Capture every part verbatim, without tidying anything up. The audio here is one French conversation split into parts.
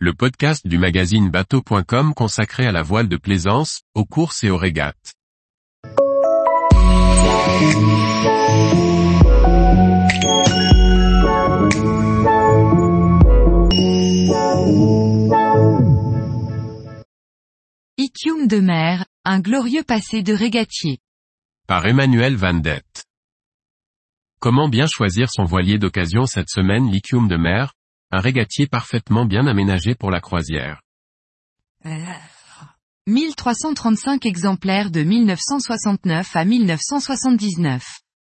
le podcast du magazine bateau point com consacré à la voile de plaisance, aux courses et aux régates. Écume de mer, un glorieux passé de régatier. Par Emmanuel Van Dett. Comment bien choisir son voilier d'occasion cette semaine? L'Écume de mer, un régatier parfaitement bien aménagé pour la croisière. mille trois cent trente-cinq exemplaires de mille neuf cent soixante-neuf à mille neuf cent soixante-dix-neuf.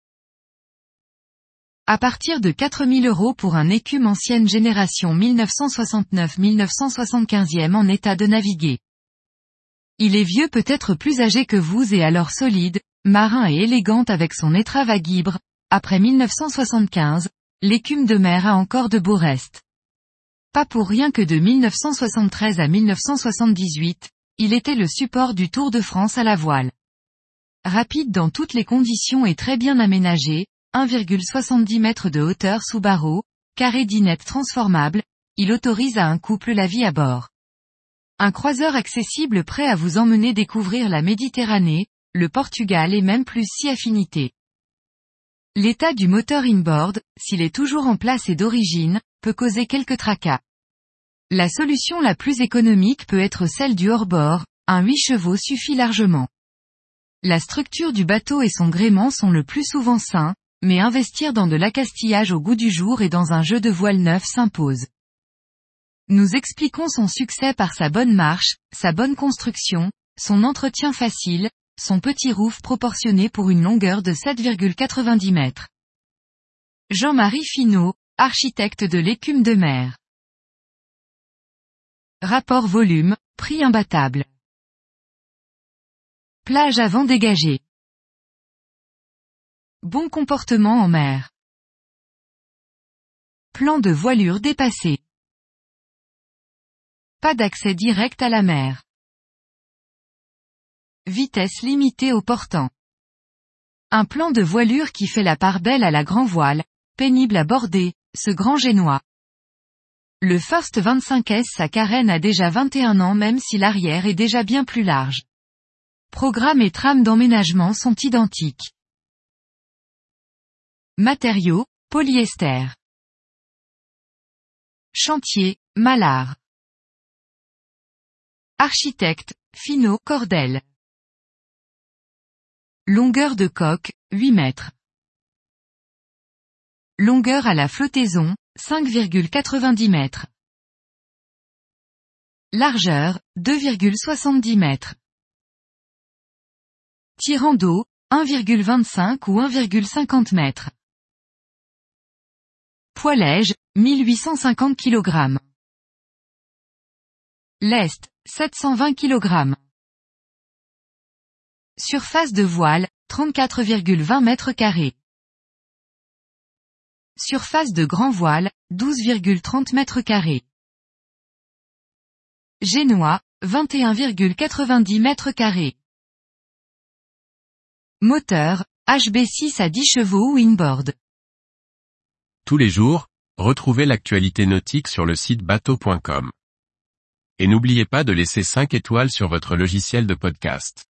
À partir de quatre mille euros pour un écume ancienne génération mille neuf cent soixante-neuf à mille neuf cent soixante-quinze en état de naviguer. Il est vieux, peut-être plus âgé que vous, et alors solide, marin et élégante avec son étrave à guibre. Après mille neuf cent soixante-quinze, l'écume de mer a encore de beaux restes. Pas pour rien que de mille neuf cent soixante-treize à mille neuf cent soixante-dix-huit, il était le support du Tour de France à la voile. Rapide dans toutes les conditions et très bien aménagé, un virgule soixante-dix mètres de hauteur sous barreau, carré dinette transformable, il autorise à un couple la vie à bord. Un croiseur accessible prêt à vous emmener découvrir la Méditerranée, le Portugal et même plus si affinité. L'état du moteur inboard, s'il est toujours en place et d'origine, peut causer quelques tracas. La solution la plus économique peut être celle du hors-bord, un huit chevaux suffit largement. La structure du bateau et son gréement sont le plus souvent sains, mais investir dans de l'accastillage au goût du jour et dans un jeu de voile neuf s'impose. Nous expliquons son succès par sa bonne marche, sa bonne construction, son entretien facile, son petit roof proportionné pour une longueur de sept virgule quatre-vingt-dix mètres. Jean-Marie Finot, architecte de l'écume de mer. Rapport volume, prix imbattable. Plage avant dégagée. Bon comportement en mer. Plan de voilure dépassé. Pas d'accès direct à la mer. Vitesse limitée au portant. Un plan de voilure qui fait la part belle à la grand voile, pénible à border, ce grand génois. Le First vingt-cinq S sa carène a déjà vingt et un ans même si l'arrière est déjà bien plus large. Programme et trame d'emménagement sont identiques. Matériaux, polyester. Chantier, Mallard. Architecte, Finot, Cordel. Longueur de coque, huit mètres. Longueur à la flottaison, cinq virgule quatre-vingt-dix mètres. Largeur, deux virgule soixante-dix mètres. Tirant d'eau, un virgule vingt-cinq ou un virgule cinquante mètres. Poids-léger, mille huit cent cinquante kilogrammes. Lest, sept cent vingt kilogrammes. Surface de voile, trente-quatre virgule vingt mètres carrés. Surface de grand voile, douze virgule trente mètres carrés. Génois, vingt et un virgule quatre-vingt-dix mètres carrés. Moteur, H B six à dix chevaux ou inboard. Tous les jours, retrouvez l'actualité nautique sur le site bateau point com. Et n'oubliez pas de laisser cinq étoiles sur votre logiciel de podcast.